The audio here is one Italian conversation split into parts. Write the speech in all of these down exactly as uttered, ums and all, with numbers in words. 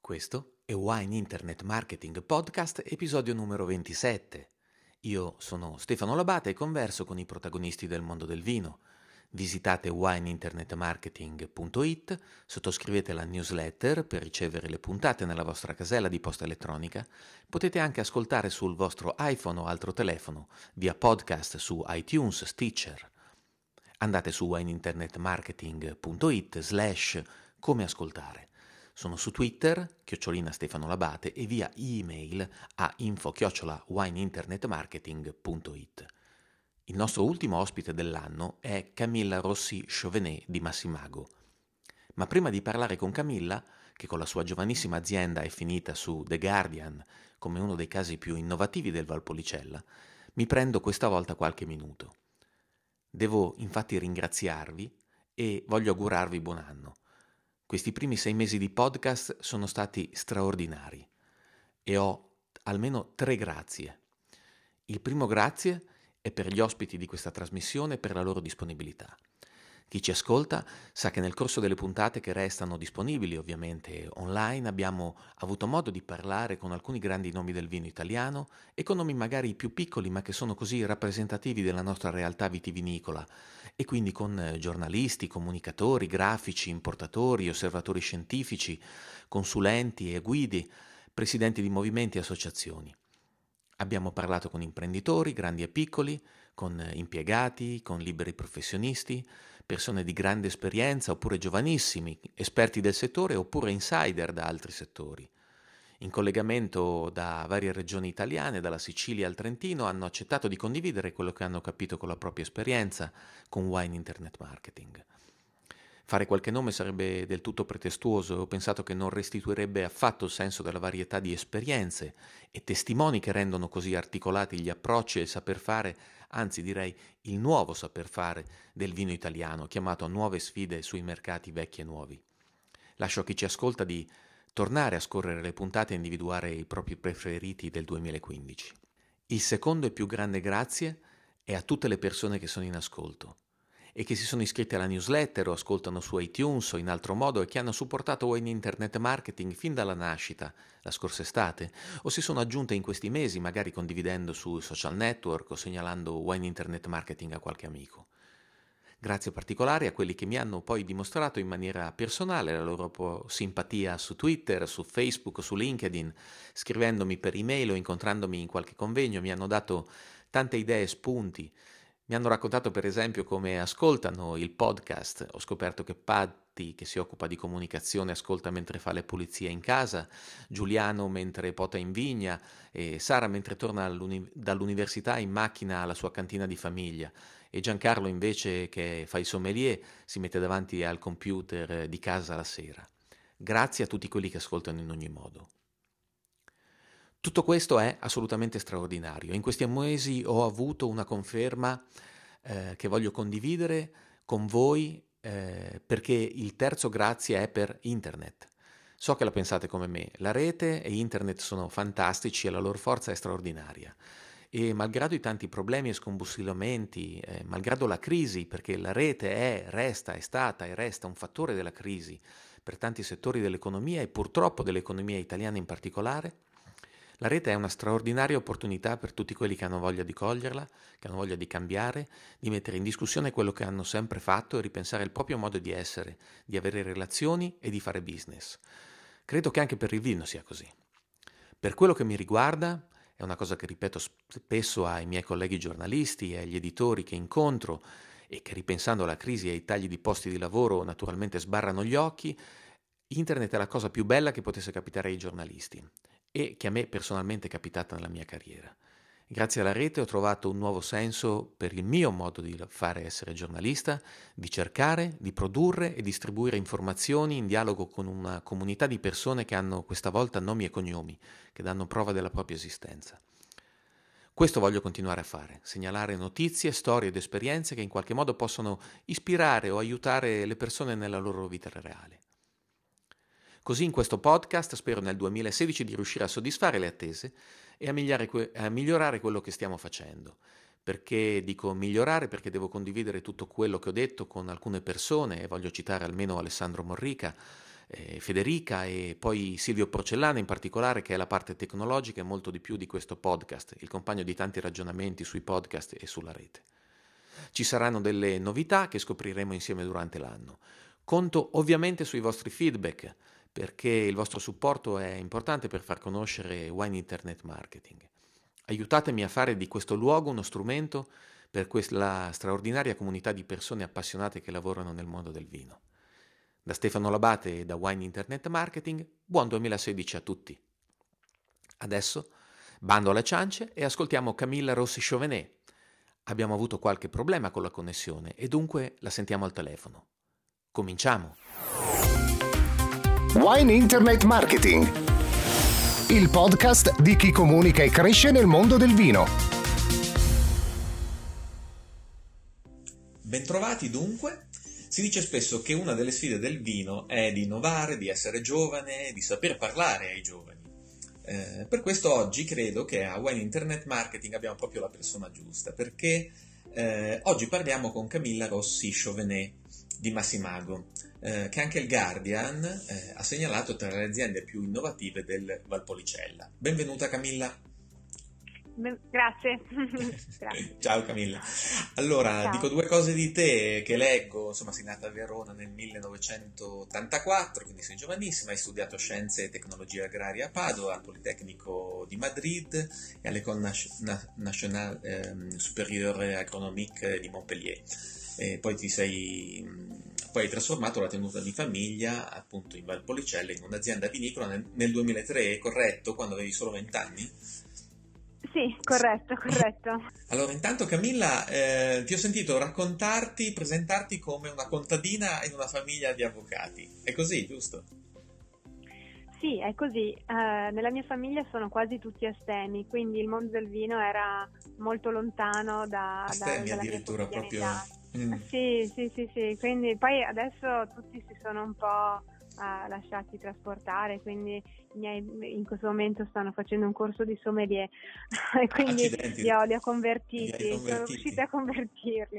Questo è Wine Internet Marketing Podcast, episodio numero ventisette. Io sono Stefano Labate e converso con i protagonisti del mondo del vino. Visitate wine internet marketing punto it, sottoscrivete la newsletter per ricevere le puntate nella vostra casella di posta elettronica. Potete anche ascoltare sul vostro iPhone o altro telefono, via podcast su iTunes, Stitcher. Andate su wine internet marketing punto it slash come ascoltare. Sono su Twitter, chiocciolina Stefano Labate, e via email a info chiocciola wine internet marketing punto it. Il nostro ultimo ospite dell'anno è Camilla Rossi Chauvenet di Massimago. Ma prima di parlare con Camilla, che con la sua giovanissima azienda è finita su The Guardian come uno dei casi più innovativi del Valpolicella, mi prendo questa volta qualche minuto. Devo infatti ringraziarvi e voglio augurarvi buon anno. Questi primi sei mesi di podcast sono stati straordinari e ho almeno tre grazie. Il primo grazie è per gli ospiti di questa trasmissione e per la loro disponibilità. Chi ci ascolta sa che nel corso delle puntate che restano disponibili ovviamente online abbiamo avuto modo di parlare con alcuni grandi nomi del vino italiano e con nomi magari più piccoli ma che sono così rappresentativi della nostra realtà vitivinicola, e quindi con giornalisti, comunicatori, grafici, importatori, osservatori scientifici, consulenti e guidi, presidenti di movimenti e associazioni. Abbiamo parlato con imprenditori, grandi e piccoli, con impiegati, con liberi professionisti, persone di grande esperienza oppure giovanissimi, esperti del settore oppure insider da altri settori. In collegamento da varie regioni italiane, dalla Sicilia al Trentino, hanno accettato di condividere quello che hanno capito con la propria esperienza con Wine Internet Marketing. Fare qualche nome sarebbe del tutto pretestuoso e ho pensato che non restituirebbe affatto il senso della varietà di esperienze e testimoni che rendono così articolati gli approcci e il saper fare, anzi direi il nuovo saper fare del vino italiano, chiamato a nuove sfide sui mercati vecchi e nuovi. Lascio a chi ci ascolta di tornare a scorrere le puntate e individuare i propri preferiti del duemilaquindici. Il secondo e più grande grazie è a tutte le persone che sono in ascolto e che si sono iscritti alla newsletter o ascoltano su iTunes o in altro modo e che hanno supportato Wine Internet Marketing fin dalla nascita, la scorsa estate, o si sono aggiunte in questi mesi, magari condividendo su social network o segnalando Wine Internet Marketing a qualche amico. Grazie particolari a quelli che mi hanno poi dimostrato in maniera personale la loro simpatia su Twitter, su Facebook, su LinkedIn, scrivendomi per email o incontrandomi in qualche convegno, mi hanno dato tante idee e spunti. Mi hanno raccontato per esempio come ascoltano il podcast. Ho scoperto che Patti, che si occupa di comunicazione, ascolta mentre fa le pulizie in casa, Giuliano mentre pota in vigna e Sara mentre torna dall'università in macchina alla sua cantina di famiglia, e Giancarlo invece, che fa il sommelier, si mette davanti al computer di casa la sera. Grazie a tutti quelli che ascoltano in ogni modo. Tutto questo è assolutamente straordinario. In questi mesi ho avuto una conferma eh, che voglio condividere con voi eh, perché il terzo grazie è per internet. So che la pensate come me, la rete e internet sono fantastici e la loro forza è straordinaria. E malgrado i tanti problemi e scombussolamenti, eh, malgrado la crisi, perché la rete è, resta, è stata e resta un fattore della crisi per tanti settori dell'economia e purtroppo dell'economia italiana in particolare, la rete è una straordinaria opportunità per tutti quelli che hanno voglia di coglierla, che hanno voglia di cambiare, di mettere in discussione quello che hanno sempre fatto e ripensare il proprio modo di essere, di avere relazioni e di fare business. Credo che anche per il vino sia così. Per quello che mi riguarda, è una cosa che ripeto spesso ai miei colleghi giornalisti e agli editori che incontro e che, ripensando alla crisi e ai tagli di posti di lavoro, naturalmente sbarrano gli occhi, internet è la cosa più bella che potesse capitare ai giornalisti e che a me personalmente è capitata nella mia carriera. Grazie alla rete ho trovato un nuovo senso per il mio modo di fare essere giornalista, di cercare, di produrre e distribuire informazioni in dialogo con una comunità di persone che hanno questa volta nomi e cognomi, che danno prova della propria esistenza. Questo voglio continuare a fare, segnalare notizie, storie ed esperienze che in qualche modo possono ispirare o aiutare le persone nella loro vita reale. Così in questo podcast spero nel duemilasedici di riuscire a soddisfare le attese e a migliorare, a migliorare quello che stiamo facendo. Perché dico migliorare? Perché devo condividere tutto quello che ho detto con alcune persone, e voglio citare almeno Alessandro Morrica, eh, Federica e poi Silvio Porcellana in particolare, che è la parte tecnologica e molto di più di questo podcast, il compagno di tanti ragionamenti sui podcast e sulla rete. Ci saranno delle novità che scopriremo insieme durante l'anno. Conto ovviamente sui vostri feedback, perché il vostro supporto è importante per far conoscere Wine Internet Marketing. Aiutatemi a fare di questo luogo uno strumento per questa straordinaria comunità di persone appassionate che lavorano nel mondo del vino. Da Stefano Labate e da Wine Internet Marketing, buon duemilasedici a tutti. Adesso bando alle ciance e ascoltiamo Camilla Rossi Chauvenet. Abbiamo avuto qualche problema con la connessione e dunque la sentiamo al telefono. Cominciamo! Wine Internet Marketing, il podcast di chi comunica e cresce nel mondo del vino. Bentrovati dunque. Si dice spesso che una delle sfide del vino è di innovare, di essere giovane, di saper parlare ai giovani. Eh, per questo oggi credo che a Wine Internet Marketing abbiamo proprio la persona giusta, perché eh, oggi parliamo con Camilla Rossi Chauvenet di Massimago, eh, che anche il Guardian eh, ha segnalato tra le aziende più innovative del Valpolicella. Benvenuta Camilla. Grazie. Grazie. Ciao Camilla. Allora, Ciao. Dico due cose di te che leggo. Insomma, sei nata a Verona nel millenovecentottantaquattro, quindi sei giovanissima. Hai studiato Scienze e Tecnologie Agrarie a Padova, al Politecnico di Madrid e all'École Nationale eh, Supérieure Agronomique di Montpellier. E poi ti sei poi hai trasformato la tenuta di famiglia appunto in Valpolicella in un'azienda vinicola nel, nel duemilatré, corretto? Quando avevi solo venti anni? Sì, corretto, corretto. Allora, intanto Camilla, eh, ti ho sentito raccontarti, presentarti come una contadina in una famiglia di avvocati. È così, giusto? Sì, è così. Uh, nella mia famiglia sono quasi tutti astemi, quindi il mondo del vino era molto lontano da, astemi da, dalla addirittura mia proprio. Mm. Sì, sì, sì, sì. Quindi poi adesso tutti si sono un po' uh, lasciati trasportare, quindi i miei in questo momento stanno facendo un corso di sommelier e quindi li ho, li ho convertiti, li sono riuscita a convertirli.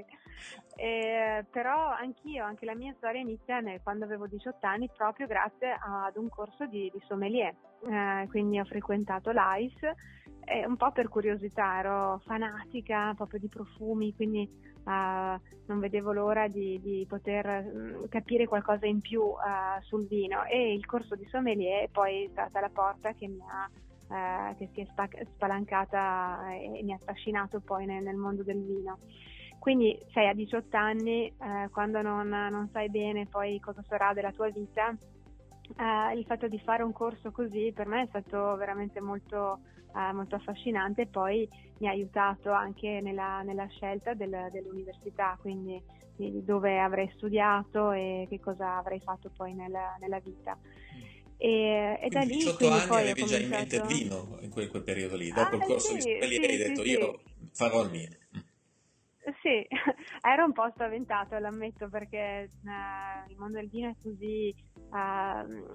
Eh, però anch'io, anche la mia storia inizia nel, quando avevo diciotto anni, proprio grazie ad un corso di, di sommelier. Eh, quindi ho frequentato l'A I S e un po' per curiosità, ero fanatica proprio di profumi, quindi uh, non vedevo l'ora di, di poter um, capire qualcosa in più uh, sul vino, e il corso di sommelier poi è stata la porta che mi ha uh, che si è spa- spalancata e mi ha affascinato poi nel, nel mondo del vino. Quindi sei a diciotto anni, eh, quando non, non sai bene poi cosa sarà della tua vita, eh, il fatto di fare un corso così per me è stato veramente molto, eh, molto affascinante, e poi mi ha aiutato anche nella, nella scelta del, dell'università, quindi di dove avrei studiato e che cosa avrei fatto poi nella, nella vita. E, e da lì diciotto anni poi avevi ho già cominciato... in mente il vino in quel, quel periodo lì, dopo ah, il corso sì, di sommelier sì, hai detto sì, io sì. farò il mio. Sì, ero un po' spaventata, l'ammetto, perché eh, il mondo del vino è così uh,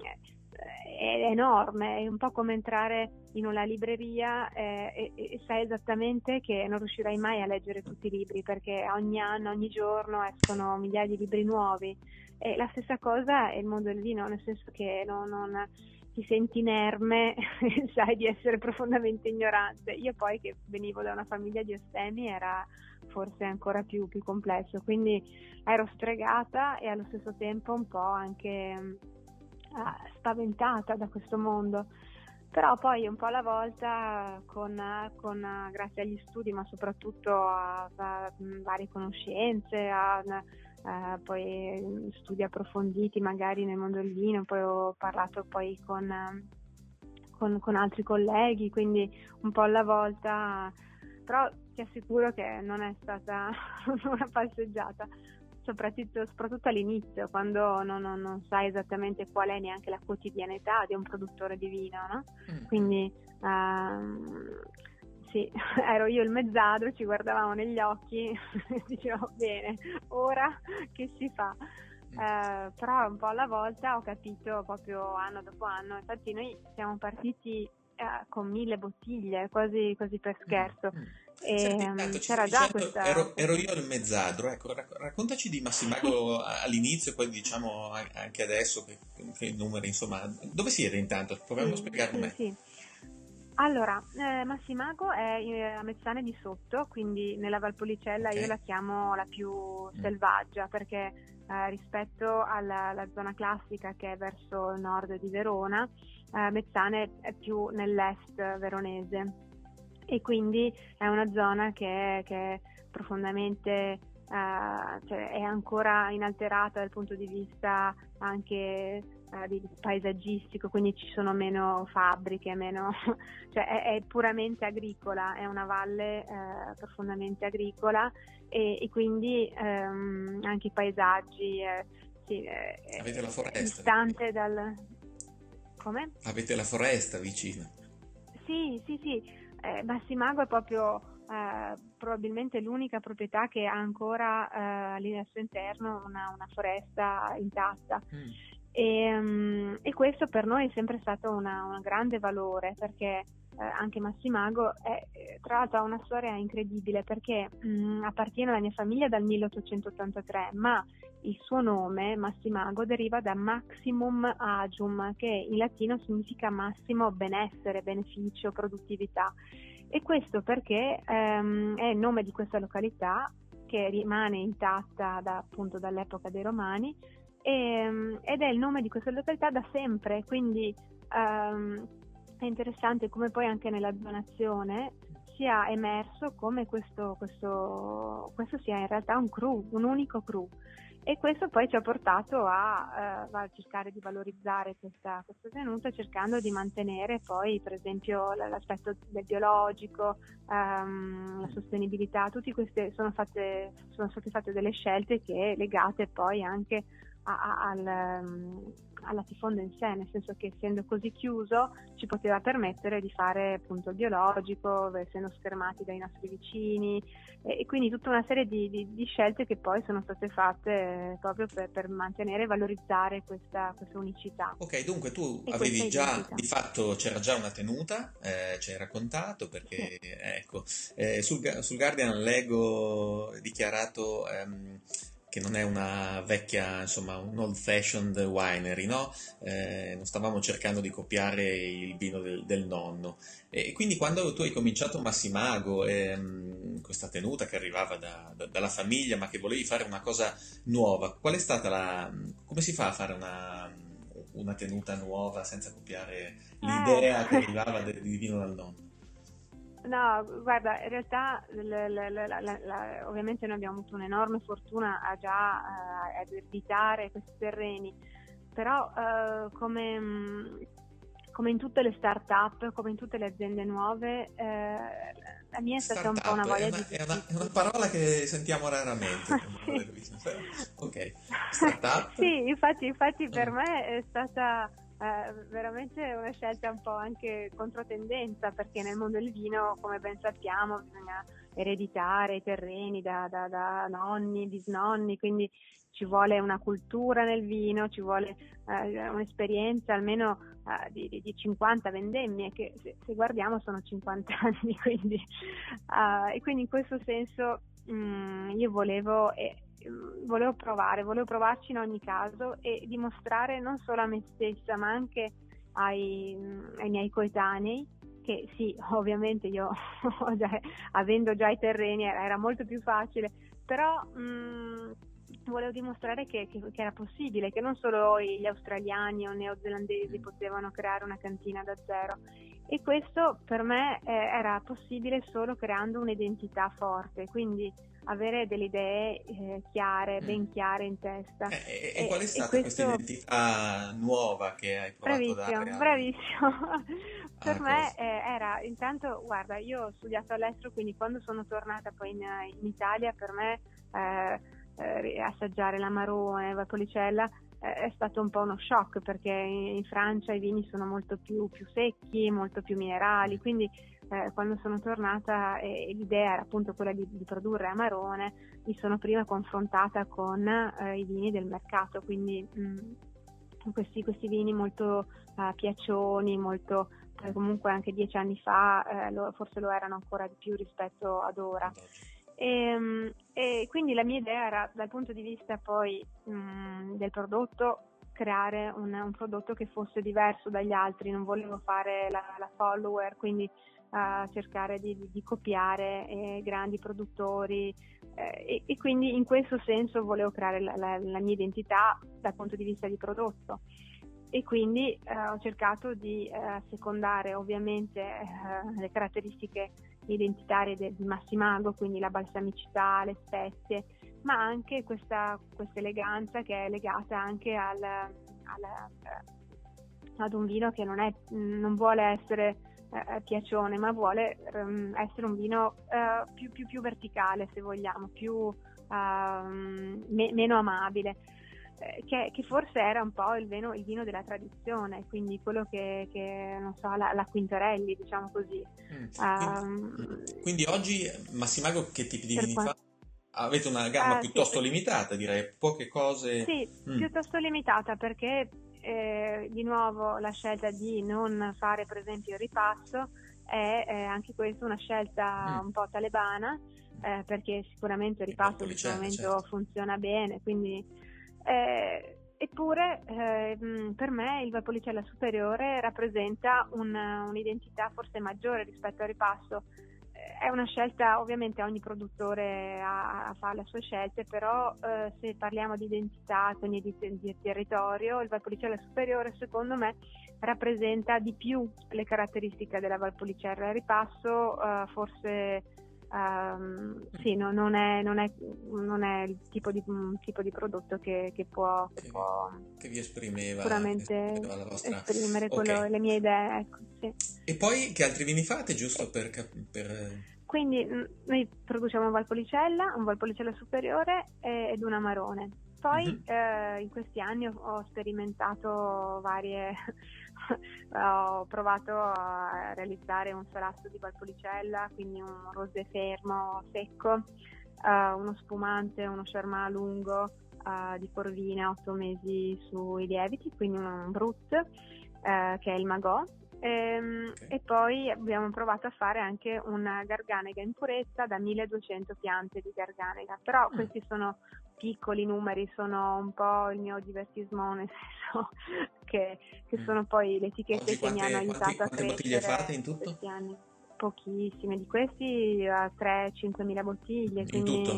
è enorme, è un po' come entrare in una libreria eh, e, e sai esattamente che non riuscirai mai a leggere tutti i libri, perché ogni anno, ogni giorno escono migliaia di libri nuovi, e la stessa cosa è il mondo del vino, nel senso che non, non ti senti inerme e sai di essere profondamente ignorante. Io poi, che venivo da una famiglia di astemi, era forse ancora più, più complesso, quindi ero stregata e allo stesso tempo un po' anche uh, spaventata da questo mondo, però poi un po' alla volta con, con grazie agli studi, ma soprattutto a, a varie conoscenze, a, a poi studi approfonditi magari nel mondo del vino, poi ho parlato poi con, con, con altri colleghi, quindi un po' alla volta, però ti assicuro che non è stata una passeggiata, soprattutto, soprattutto all'inizio, quando non, non, non sai esattamente qual è neanche la quotidianità di un produttore di vino, no? Mm. Quindi uh, sì, ero io il mezzadro, ci guardavamo negli occhi e dicevo bene, ora che si fa? Uh, però un po' alla volta ho capito proprio anno dopo anno. Infatti noi siamo partiti uh, con mille bottiglie, quasi, quasi per scherzo. Mm, mm. E Senti, um, intanto ci c'era stai già dicendo, questa... ero, ero io il mezzadro, ecco, rac- raccontaci di Massimago a- all'inizio, poi diciamo a- anche adesso che, che i numeri, insomma, dove siete intanto? Proviamo a Sì, spiegarlo sì, meglio. sì. Allora, eh, Massimago è eh, a Mezzane di Sotto, quindi nella Valpolicella Ok. io la chiamo la più Mm. selvaggia, perché eh, rispetto alla, alla zona classica che è verso il nord di Verona, eh, Mezzane è più nell'est veronese, e quindi è una zona che è, che è profondamente, eh, cioè è ancora inalterata dal punto di vista anche eh, di paesaggistico, quindi ci sono meno fabbriche, meno, cioè è, è puramente agricola, è una valle eh, profondamente agricola, e, e quindi ehm, anche i paesaggi, eh, sì, eh, Avete la è foresta distante vicino. dal... Come? Avete la foresta vicino. Sì, sì, sì. Eh, Bassimago è proprio eh, probabilmente l'unica proprietà che ha ancora eh, al suo interno una, una foresta intatta. Mm. E, um, e questo per noi è sempre stato una, un grande valore, perché eh, anche Massimago è, tra l'altro ha una storia incredibile, perché mh, appartiene alla mia famiglia dal milleottocentottantatré, ma il suo nome, Massimago, deriva da maximum agium, che in latino significa massimo benessere, beneficio, produttività. E questo perché ehm, è il nome di questa località, che rimane intatta da, appunto dall'epoca dei Romani, e, ed è il nome di questa località da sempre, quindi ehm, è interessante come poi anche nella donazione sia emerso come questo, questo, questo sia in realtà un cru, un unico cru. E questo poi ci ha portato a, uh, a cercare di valorizzare questa, questa tenuta, cercando di mantenere poi per esempio l'aspetto del biologico, um, la sostenibilità. Tutte queste sono, fatte, sono state fatte delle scelte che legate poi anche a, a, al, um, al latifondo in sé, nel senso che essendo così chiuso ci poteva permettere di fare appunto il biologico, essendo schermati dai nostri vicini, e, e quindi tutta una serie di, di, di scelte che poi sono state fatte proprio per, per mantenere e valorizzare questa, questa unicità. Ok, dunque tu E avevi già, identità. di fatto c'era già una tenuta, eh, ci hai raccontato, perché Sì. ecco, eh, sul, sul Guardian leggo dichiarato ehm, che non è una vecchia, insomma, un old fashioned winery, no? Eh, non stavamo cercando di copiare il vino del, del nonno. E quindi quando tu hai cominciato Massimago, ehm, questa tenuta che arrivava da- da- dalla famiglia, ma che volevi fare una cosa nuova, qual è stata la... come si fa a fare una, una tenuta nuova senza copiare l'idea che Eh. arrivava de- di vino dal nonno? No, guarda, in realtà l- l- l- la- la- ovviamente noi abbiamo avuto un'enorme fortuna a già eh, ad ereditare questi terreni, però eh, come, mh, come in tutte le start-up, come in tutte le aziende nuove, eh, la mia è stata un po' una Startup è voglia una, di è una- è una giustizia. parola che sentiamo raramente. Sì. Ok, startup. Sì, infatti, infatti per Mm. me è stata eh, veramente una scelta un po' anche controtendenza, perché nel mondo del vino, come ben sappiamo, bisogna ereditare i terreni da, da, da nonni, bisnonni, quindi ci vuole una cultura nel vino, ci vuole eh, un'esperienza almeno eh, di, di, di cinquanta vendemmie, che se, se guardiamo sono cinquanta anni, quindi, eh, e quindi in questo senso mh, io volevo... Eh, volevo provare, volevo provarci in ogni caso e dimostrare non solo a me stessa ma anche ai, ai miei coetanei che sì, ovviamente io già, avendo già i terreni era molto più facile, però mh, volevo dimostrare che, che, che era possibile, che non solo gli australiani o neozelandesi potevano creare una cantina da zero, e questo per me eh, era possibile solo creando un'identità forte, quindi avere delle idee eh, chiare, Mm. ben chiare in testa. Eh, e, e E, qual è e stata questa questo, identità nuova che hai provato a bravissimo, dare al- bravissimo. Per alla me cosa? eh, era, intanto, guarda, io ho studiato all'estero, quindi quando sono tornata poi in, in Italia, per me eh, eh, assaggiare l'Amarone, Valpolicella, eh, è stato un po' uno shock, perché in, in Francia i vini sono molto più, più secchi, molto più minerali, quindi eh, quando sono tornata e eh, l'idea era appunto quella di, di produrre Amarone, mi sono prima confrontata con eh, i vini del mercato, quindi mh, questi, questi vini molto uh, piaccioni, molto poi comunque anche dieci anni fa eh, lo, forse lo erano ancora di più rispetto ad ora. E, e quindi la mia idea era, dal punto di vista poi mh, del prodotto, creare un, un prodotto che fosse diverso dagli altri. Non volevo fare la, la follower, quindi uh, cercare di, di, di copiare eh, grandi produttori eh, e, e quindi in questo senso volevo creare la, la, la mia identità dal punto di vista di prodotto. E quindi eh, ho cercato di eh, secondare ovviamente eh, le caratteristiche identitarie de- di Massimago, quindi la balsamicità, le spezie, ma anche questa, questa eleganza che è legata anche al, al, eh, ad un vino che non, è, non vuole essere eh, piacione, ma vuole um, essere un vino eh, più, più, più verticale, se vogliamo, più um, me- meno amabile. Che, che forse era un po' il vino, il vino della tradizione, quindi quello che, che non so, la, la Quintarelli, diciamo così. Mm. Um, quindi, quindi oggi Massimago che tipi di vini quanto... fa? Avete una gamma uh, piuttosto sì, limitata, direi, poche cose. Sì, mm. piuttosto limitata, perché eh, di nuovo la scelta di non fare per esempio il ripasso è eh, anche questa una scelta mm. un po' talebana, eh, perché sicuramente il ripasso in questo momento certo. funziona bene, quindi Eh, eppure eh, per me il Valpolicella superiore rappresenta un, un'identità forse maggiore rispetto al ripasso. Eh, è una scelta, ovviamente ogni produttore ha, ha fa le sue scelte, però eh, se parliamo di identità, quindi di, di territorio, il Valpolicella superiore secondo me rappresenta di più le caratteristiche della Valpolicella. Il ripasso eh, forse Um, sì, no, non, è, non, è, non è il tipo di, un tipo di prodotto che, che può, che che, può che vi esprimeva, sicuramente che esprimeva la vostra... esprimere okay. quello, le mie idee. Ecco, sì. E poi che altri vini fate, giusto per... per... Quindi noi produciamo un Valpolicella, un Valpolicella superiore ed un Amarone. Poi mm-hmm. eh, in questi anni ho, ho sperimentato varie... ho provato a realizzare un salasso di Valpolicella, quindi un rosé fermo secco, uh, uno spumante, uno Charmat lungo uh, di Corvina, otto mesi sui lieviti, quindi un Brut uh, che è il Magò. Ehm, okay. E poi abbiamo provato a fare anche una Garganega in purezza da milleduecento piante di Garganega, però mm. questi sono piccoli numeri, sono un po' il mio divertismo, nel senso che, che mm. sono poi le etichette Oggi che quante, mi hanno aiutato quante, a quante crescere bottiglie fate in tutto? questi anni. Pochissime, di questi uh, tre cinque mila bottiglie, in quindi tutto?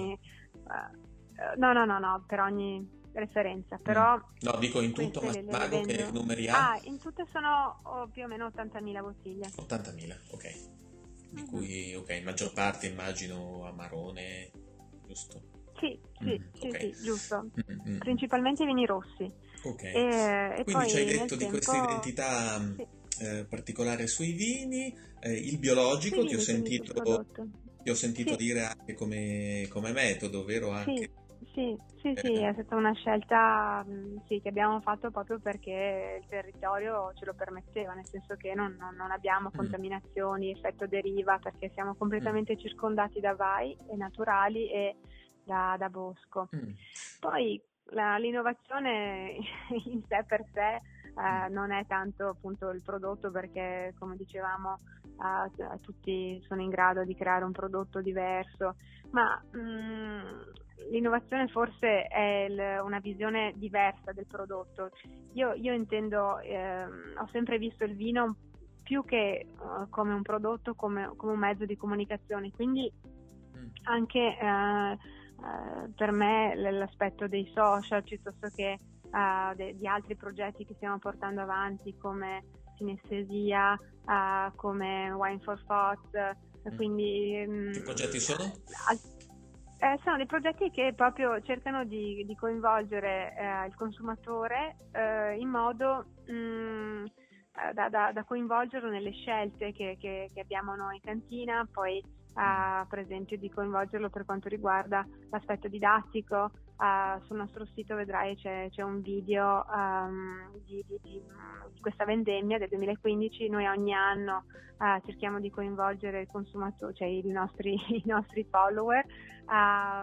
Uh, no no no no per ogni referenza, però mm. no dico in tutto, ma le, le Mago vendo. Che numeri ha? Ah, in tutto sono oh, più o meno ottantamila bottiglie. ottantamila, ok, di mm-hmm. cui ok, in maggior parte immagino Amarone, giusto? Sì, sì, mm, sì, okay. sì, giusto. Mm-hmm. Principalmente vini rossi. Ok. E, Quindi e poi ci hai detto di tempo... questa identità sì. eh, particolare sui vini, eh, il biologico sui che ho sentito, che ho sentito sì. dire anche come, come metodo, vero? Anche... Sì, sì, sì, sì, è stata una scelta sì, che abbiamo fatto proprio perché il territorio ce lo permetteva, nel senso che non, non, non abbiamo mm. contaminazioni, effetto deriva, perché siamo completamente mm. circondati da vai e naturali e da, da bosco. Mm. Poi la, l'innovazione in sé per sé eh, non è tanto appunto il prodotto, perché come dicevamo eh, tutti sono in grado di creare un prodotto diverso, ma mh, l'innovazione forse è il, una visione diversa del prodotto. Io, io intendo, eh, ho sempre visto il vino più che uh, come un prodotto, come, come un mezzo di comunicazione, quindi anche eh, eh, per me l'aspetto dei social piuttosto che uh, de, di altri progetti che stiamo portando avanti come Sinestesia, uh, come Wine for Thought, mm. quindi che um, progetti sono? Al- Eh, sono dei progetti che proprio cercano di, di coinvolgere eh, il consumatore eh, in modo mh, da, da, da coinvolgerlo nelle scelte che, che, che abbiamo noi in cantina, poi eh, per esempio di coinvolgerlo per quanto riguarda l'aspetto didattico. Eh, sul nostro sito vedrai c'è, c'è un video um, di, di, di, di questa vendemmia del duemilaquindici. Noi ogni anno eh, cerchiamo di coinvolgere il consumatore, cioè i nostri, i nostri follower A,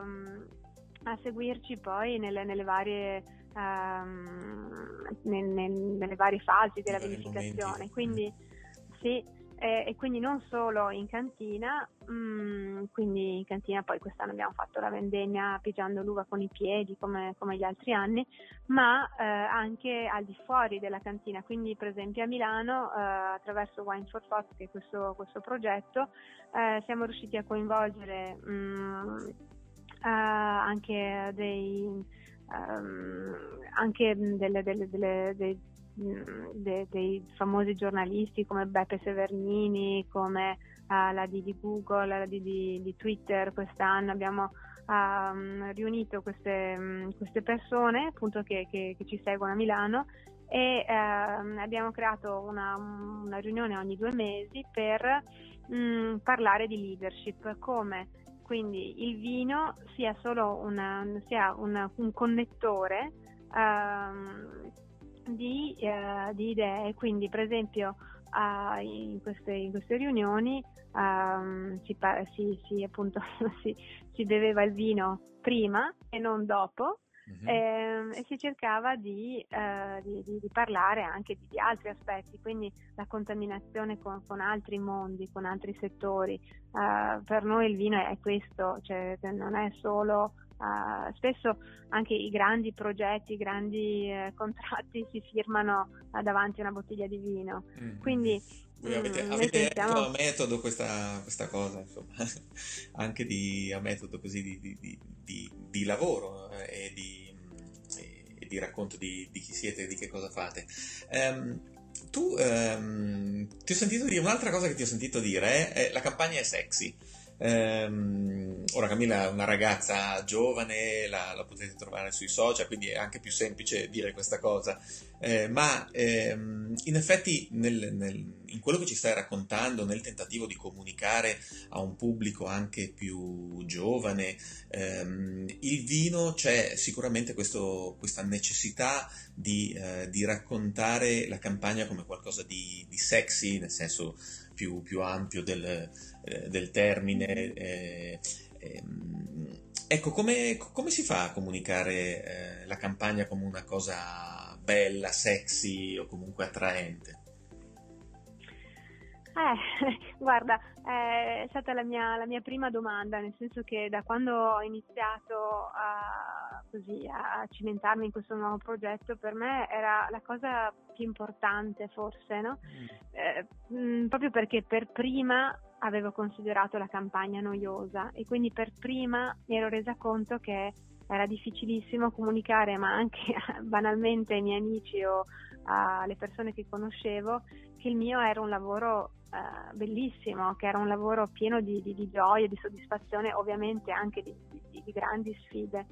a seguirci poi nelle, nelle varie um, nel, nel, nelle varie fasi della vinificazione, quindi Sì, eh, e quindi non solo in cantina, mh, quindi in cantina poi quest'anno abbiamo fatto la vendemmia pigiando l'uva con i piedi come, come gli altri anni, ma eh, anche al di fuori della cantina, quindi per esempio a Milano eh, attraverso Wine for Thought, che è questo, questo progetto, eh, siamo riusciti a coinvolgere mh, eh, anche dei, um, anche delle, delle, delle, dei De, dei famosi giornalisti come Beppe Severnini, come uh, la D di Google, la D di, di Twitter. Quest'anno abbiamo um, riunito queste, um, queste persone appunto che, che, che ci seguono a Milano e uh, abbiamo creato una, una riunione ogni due mesi per um, parlare di leadership, come quindi il vino sia solo una, sia una, un connettore um, Di, uh, di idee, quindi per esempio uh, in, queste, in queste riunioni um, si, si, si, appunto, si, si beveva il vino prima e non dopo, mm-hmm. e, e si cercava di, uh, di, di, di parlare anche di, di altri aspetti, quindi la contaminazione con, con altri mondi, con altri settori. Uh, per noi il vino è questo, cioè non è solo Uh, spesso anche i grandi progetti, i grandi eh, contratti si firmano uh, davanti a una bottiglia di vino. Mm-hmm. Quindi voi avete, mm, avete pensiamo... a metodo questa, questa cosa, insomma, anche di, a metodo così di, di, di, di, di lavoro eh, e, di, e di racconto di, di chi siete e di che cosa fate. Um, tu um, ti ho sentito dire un'altra cosa che ti ho sentito dire, eh, la campagna è sexy. Um, ora Camilla è una ragazza giovane, la, la potete trovare sui social, quindi è anche più semplice dire questa cosa, eh, ma ehm, in effetti nel, nel, in quello che ci stai raccontando, nel tentativo di comunicare a un pubblico anche più giovane, ehm, il vino, c'è sicuramente questo, questa necessità di, eh, di raccontare la campagna come qualcosa di, di sexy, nel senso più, più ampio del, eh, del termine. Eh, ehm, ecco, come, come si fa a comunicare eh, la campagna come una cosa bella, sexy o comunque attraente? Eh, guarda, è stata la mia, la mia prima domanda, nel senso che da quando ho iniziato a, così, a cimentarmi in questo nuovo progetto, per me era la cosa più importante forse, no? Eh, mh, proprio perché per prima avevo considerato la campagna noiosa e quindi per prima mi ero resa conto che era difficilissimo comunicare, ma anche banalmente ai miei amici o alle persone che conoscevo, che il mio era un lavoro uh, bellissimo, che era un lavoro pieno di, di, di gioia, di soddisfazione, ovviamente anche di, di, di grandi sfide.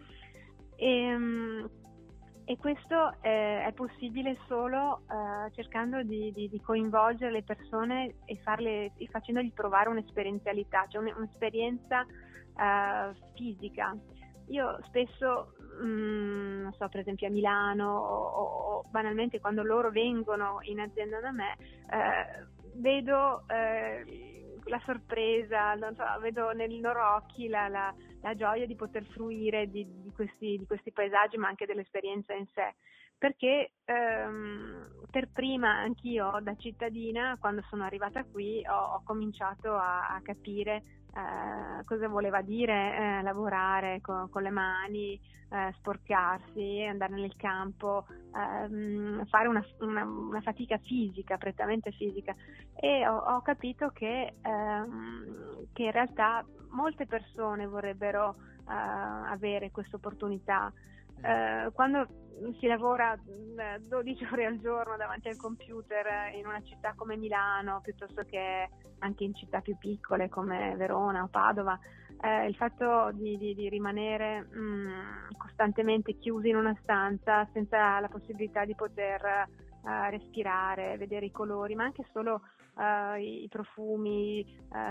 E, um, e questo è, è possibile solo uh, cercando di, di, di coinvolgere le persone e, farle, e facendogli provare un'esperienzialità, cioè un'esperienza uh, fisica. Io spesso, mh, non so, per esempio a Milano o, o banalmente quando loro vengono in azienda da me, eh, vedo eh, la sorpresa, non so, vedo nei loro occhi la, la, la gioia di poter fruire di, di, questi, di questi paesaggi, ma anche dell'esperienza in sé. Perché ehm, per prima anch'io da cittadina, quando sono arrivata qui, ho, ho cominciato a, a capire eh, cosa voleva dire eh, lavorare con, con le mani, eh, sporcarsi, andare nel campo, ehm, fare una, una, una fatica fisica, prettamente fisica. E ho, ho capito che, ehm, che in realtà molte persone vorrebbero eh, avere questa opportunità. Eh, quando si lavora dodici ore al giorno davanti al computer in una città come Milano, piuttosto che anche in città più piccole come Verona o Padova, eh, il fatto di, di, di rimanere mh, costantemente chiusi in una stanza senza la possibilità di poter uh, respirare, vedere i colori, ma anche solo uh, i, i profumi,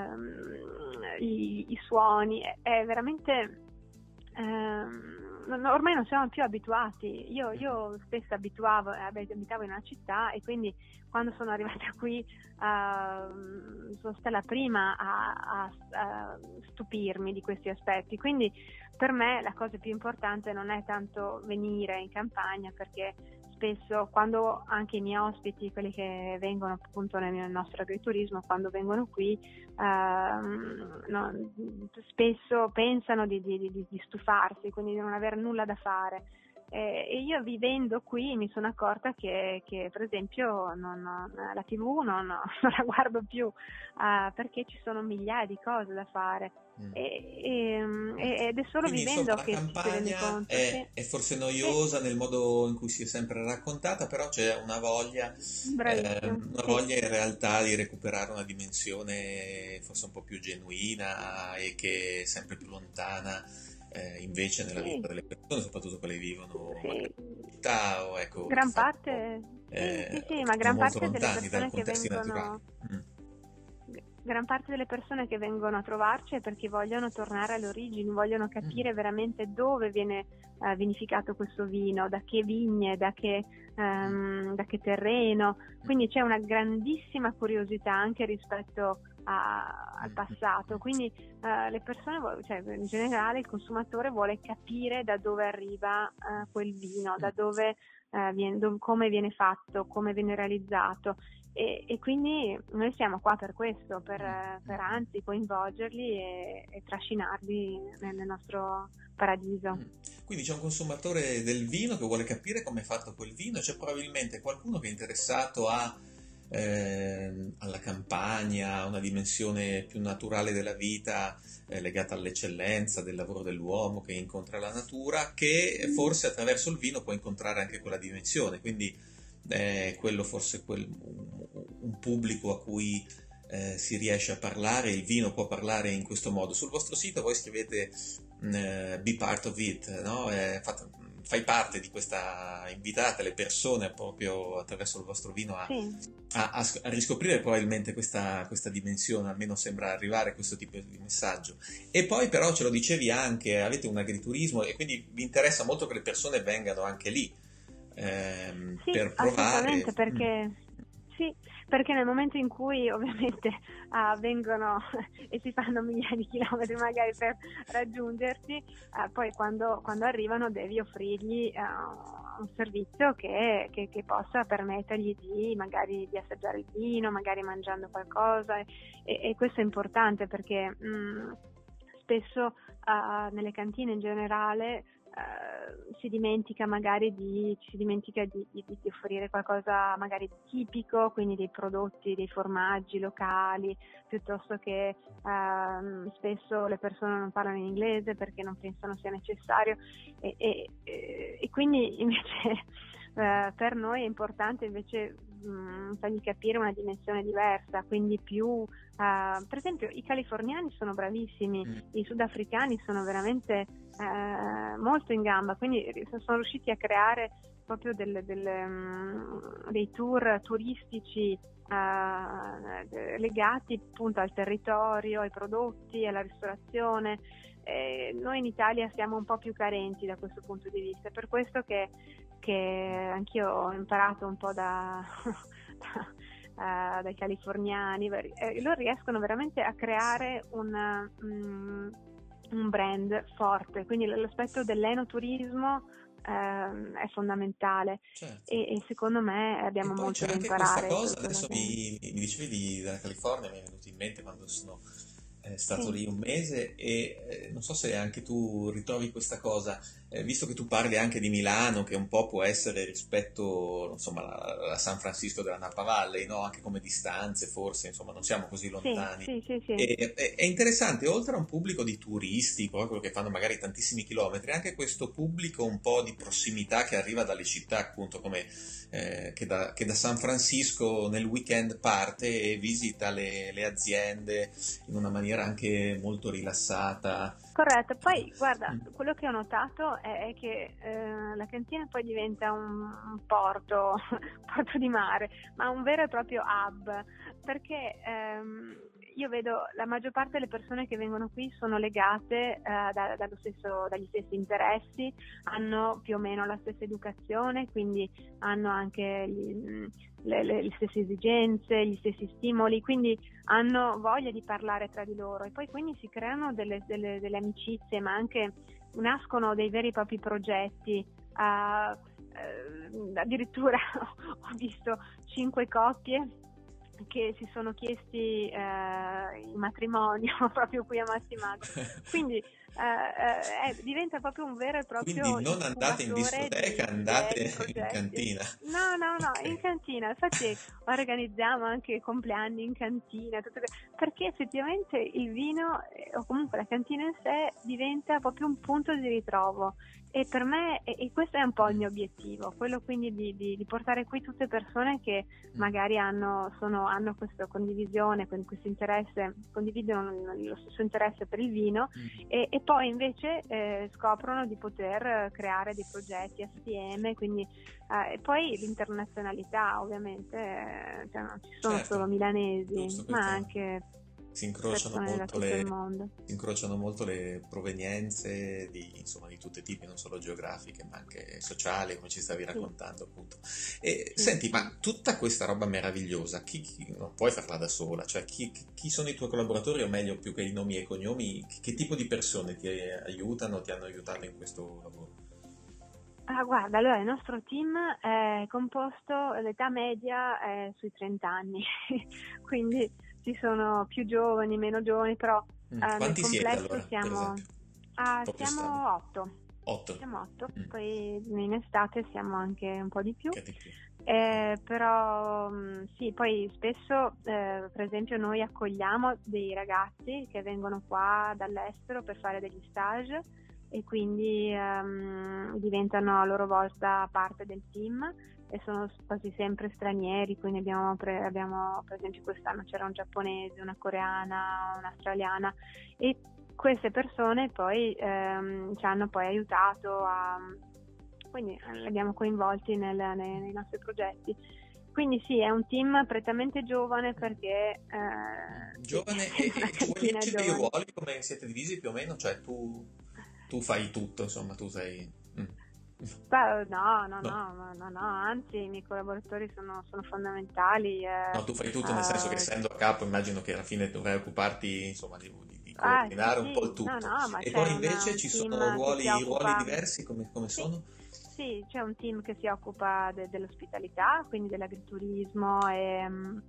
um, i, i suoni, è, è veramente... Um, ormai non siamo più abituati. Io, io spesso abituavo, abitavo in una città e quindi quando sono arrivata qui uh, sono stata la prima a, a, a stupirmi di questi aspetti. Quindi per me la cosa più importante non è tanto venire in campagna, perché spesso quando anche i miei ospiti, quelli che vengono appunto nel, nel nostro agriturismo, quando vengono qui ehm, no, spesso pensano di, di, di, di stufarsi, quindi di non avere nulla da fare. Eh, e io vivendo qui mi sono accorta che, che per esempio non, non, la tivù non, non la guardo più uh, perché ci sono migliaia di cose da fare. Mm. E, e, ed è solo Quindi, vivendo insomma, che la ci si rende campagna conto è, che, è forse noiosa, sì, nel modo in cui si è sempre raccontata, però c'è una voglia, eh, una sì, voglia in realtà di recuperare una dimensione forse un po' più genuina e che è sempre più lontana. Eh, invece nella sì, vita delle persone, soprattutto quelle che vivono sì, magari in città o ecco, gran fanno, parte, eh, sì, sì, sì, sono ma gran molto parte delle lontani dai persone che contesti vengono naturali. Mm. gran parte delle persone che vengono a trovarci è perché vogliono tornare alle origini, vogliono capire veramente dove viene uh, vinificato questo vino, da che vigne, da che, um, da che terreno, quindi c'è una grandissima curiosità anche rispetto a, al passato, quindi uh, le persone, cioè in generale il consumatore vuole capire da dove arriva uh, quel vino, da dove, uh, viene, dove, come viene fatto, come viene realizzato. E, e quindi noi siamo qua per questo, per, per anzi coinvolgerli e, e trascinarli nel, nel nostro paradiso. Quindi c'è un consumatore del vino che vuole capire come è fatto quel vino, c'è probabilmente qualcuno che è interessato a, eh, alla campagna, a una dimensione più naturale della vita, eh, legata all'eccellenza del lavoro dell'uomo che incontra la natura, che forse attraverso il vino può incontrare anche quella dimensione, quindi è quello forse quel, un pubblico a cui eh, si riesce a parlare, il vino può parlare in questo modo. Sul vostro sito voi scrivete uh, be part of it, no? Eh, fat, fai parte di questa, invitate le persone proprio attraverso il vostro vino a, sì. a, a, a riscoprire probabilmente questa, questa dimensione, almeno sembra arrivare a questo tipo di messaggio. E poi però ce lo dicevi anche, avete un agriturismo e quindi vi interessa molto che le persone vengano anche lì. Ehm, sì, per provare. Assolutamente, perché mm. sì, perché nel momento in cui ovviamente uh, vengono e si fanno migliaia di chilometri magari per raggiungerti, uh, poi quando, quando arrivano devi offrirgli uh, un servizio che, che, che possa permettergli di magari di assaggiare il vino, magari mangiando qualcosa, e, e questo è importante perché mh, spesso uh, nelle cantine in generale Uh, si dimentica magari di ci si dimentica di, di, di offrire qualcosa magari tipico, quindi dei prodotti, dei formaggi locali, piuttosto che uh, spesso le persone non parlano in inglese perché non pensano sia necessario e, e, e quindi invece uh, per noi è importante invece um, fargli capire una dimensione diversa, quindi più uh, per esempio i californiani sono bravissimi, mm. i sudafricani sono veramente Eh, molto in gamba, quindi sono riusciti a creare proprio delle, delle, um, dei tour turistici uh, legati appunto al territorio, ai prodotti, alla ristorazione. Eh, noi in Italia siamo un po' più carenti da questo punto di vista, è per questo che, che anch'io ho imparato un po' da, da uh, dai californiani, eh, loro riescono veramente a creare un um, un brand forte, quindi l'aspetto dell'enoturismo ehm, è fondamentale, certo. e, e secondo me abbiamo molto da imparare. E poi c'è anche questa cosa, adesso mi, mi dicevi di, della California, mi è venuto in mente quando sono eh, stato sì. lì un mese e eh, non so se anche tu ritrovi questa cosa, eh, visto che tu parli anche di Milano, che un po' può essere rispetto insomma la, la San Francisco della Napa Valley, no? Anche come distanze forse, insomma non siamo così lontani. Sì, sì, sì, sì. E, è, è interessante, oltre a un pubblico di turisti, proprio che fanno magari tantissimi chilometri, anche questo pubblico un po' di prossimità che arriva dalle città, appunto come eh, che, da, che da San Francisco nel weekend parte e visita le, le aziende in una maniera anche molto rilassata. Corretto, poi guarda, quello che ho notato è, è che eh, la cantina poi diventa un, un porto, porto di mare, ma un vero e proprio hub, perché ehm, io vedo la maggior parte delle persone che vengono qui sono legate eh, da, dallo stesso, dagli stessi interessi, hanno più o meno la stessa educazione, quindi hanno anche gli, le, le, le stesse esigenze, gli stessi stimoli, quindi hanno voglia di parlare tra di loro e poi quindi si creano delle, delle, delle amicizie, ma anche nascono dei veri e propri progetti. Uh, eh, addirittura ho visto cinque coppie che si sono chiesti eh, il matrimonio proprio qui a Massimagro, quindi eh, eh, diventa proprio un vero e proprio quindi non andate in discoteca, di, andate di in cantina. No, no, no, Okay. in cantina. Infatti organizziamo anche compleanni in cantina, tutte, perché effettivamente il vino eh, o comunque la cantina in sé diventa proprio un punto di ritrovo. E per me, e, e questo è un po' il mio obiettivo, quello quindi di, di, di portare qui tutte persone che magari hanno, sono, hanno questa condivisione, questo interesse, condividono lo stesso interesse per il vino Mm. e, e poi invece eh, scoprono di poter creare dei progetti assieme, quindi eh, e poi l'internazionalità ovviamente, eh, cioè non ci sono Certo. solo milanesi, Giusto, ma perché anche si incrociano persone da molto tutto le il mondo. si incrociano molto le provenienze di, insomma, di tutti i tipi, non solo geografiche, ma anche sociali, come ci stavi raccontando, appunto. E Sì. senti, ma tutta questa roba meravigliosa, chi, chi- non puoi farla da sola, cioè chi, chi- chi sono i tuoi collaboratori, o meglio, più che i nomi e i cognomi, che, che tipo di persone ti aiutano, ti hanno aiutato in questo lavoro? Ah, guarda, allora il nostro team è composto, l'età media è sui trenta anni, quindi ci sono più giovani, meno giovani, però Mm, eh, nel Quanti siete complesso allora, per siamo, esempio? ah, Proprio siamo stabili. otto, Otto. siamo otto, Mm. poi in estate siamo anche un po' di più. Che di più. Eh, però mh, sì, poi spesso eh, per esempio noi accogliamo dei ragazzi che vengono qua dall'estero per fare degli stage e quindi ehm, diventano a loro volta parte del team e sono quasi sempre stranieri, quindi abbiamo, pre- abbiamo per esempio quest'anno c'era un giapponese, una coreana, un'australiana e queste persone poi ehm, ci hanno poi aiutato a, quindi li abbiamo coinvolti nel- nei, nei nostri progetti. Quindi sì, è un team prettamente giovane perché eh, Giovane sì, e, una e vuoi cantina è dirci dei giovane. ruoli, come siete divisi più o meno? Cioè tu, tu fai tutto, insomma, tu sei... mm. Beh, no, no, No. no, no, no, no, anzi i miei collaboratori sono, sono fondamentali. eh, No, tu fai tutto nel senso che eh, essendo a capo immagino che alla fine dovrai occuparti, insomma, di, di- di ah, sì, coordinare un po' il sì, no, tutto. no, ma E c'è poi una- invece un ci team sono che ruoli, si occupa- ruoli diversi, come, come Sì. sono? Sì, c'è un team che si occupa de- dell'ospitalità, quindi dell'agriturismo e, mm,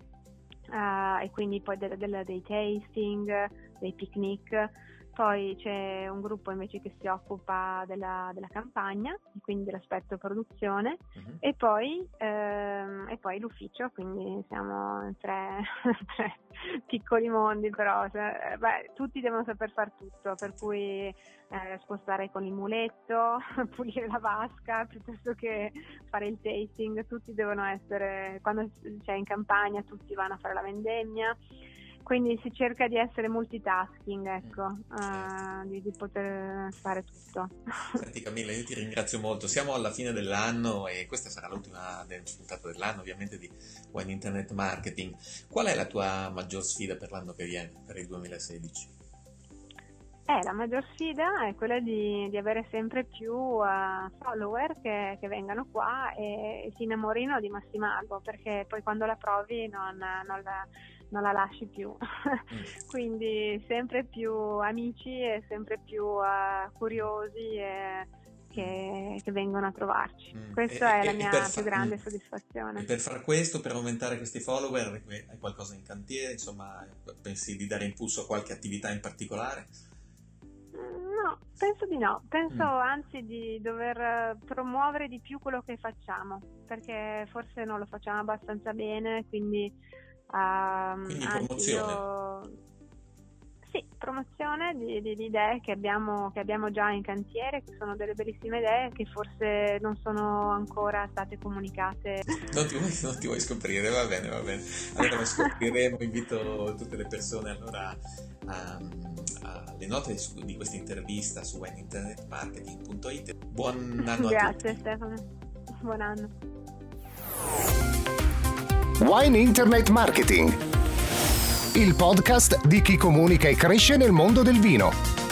eh, e quindi poi de- del- dei tasting, dei picnic. Poi c'è un gruppo invece che si occupa della, della campagna, quindi dell'aspetto produzione, Mhm. e poi, ehm, e poi l'ufficio, quindi siamo in tre, tre piccoli mondi, però cioè, beh, tutti devono saper fare tutto, per cui eh, spostare con il muletto, pulire la vasca, piuttosto che fare il tasting, tutti devono essere, quando c'è in campagna tutti vanno a fare la vendemmia. Quindi si cerca di essere multitasking, ecco, Certo. eh, di, di poter fare tutto. Senti Camilla, io ti ringrazio molto. Siamo alla fine dell'anno e questa sarà l'ultima del- puntata dell'anno, ovviamente, di Wine Internet Marketing. Qual è la tua maggior sfida per l'anno che viene, per il duemilasedici? Eh, la maggior sfida è quella di, di avere sempre più eh, follower che, che vengano qua e, e si innamorino di Massimagro, perché poi quando la provi non, non la, non la lasci più. Quindi sempre più amici e sempre più eh, curiosi e che, che vengono a trovarci. Mm. Questa E- è la e- e mia per più fa- grande mm. soddisfazione. E per far questo, per aumentare questi follower, hai qualcosa in cantiere? Insomma, pensi di dare impulso a qualche attività in particolare? No, penso di no, penso Mm. anzi di dover eh, promuovere di più quello che facciamo, perché forse non lo facciamo abbastanza bene, quindi, ehm, Quindi anzi promozione. io... Sì, promozione di, di- di idee che abbiamo, che abbiamo già in cantiere, che sono delle bellissime idee che forse non sono ancora state comunicate. Non ti vuoi, non ti vuoi scoprire, va bene, va bene. Allora lo scopriremo, invito tutte le persone allora a, alle note su- di questa intervista su wine internet marketing punto it. Buon anno a Grazie tutti. Stefano, buon anno. Wine Internet Marketing, il podcast di chi comunica e cresce nel mondo del vino.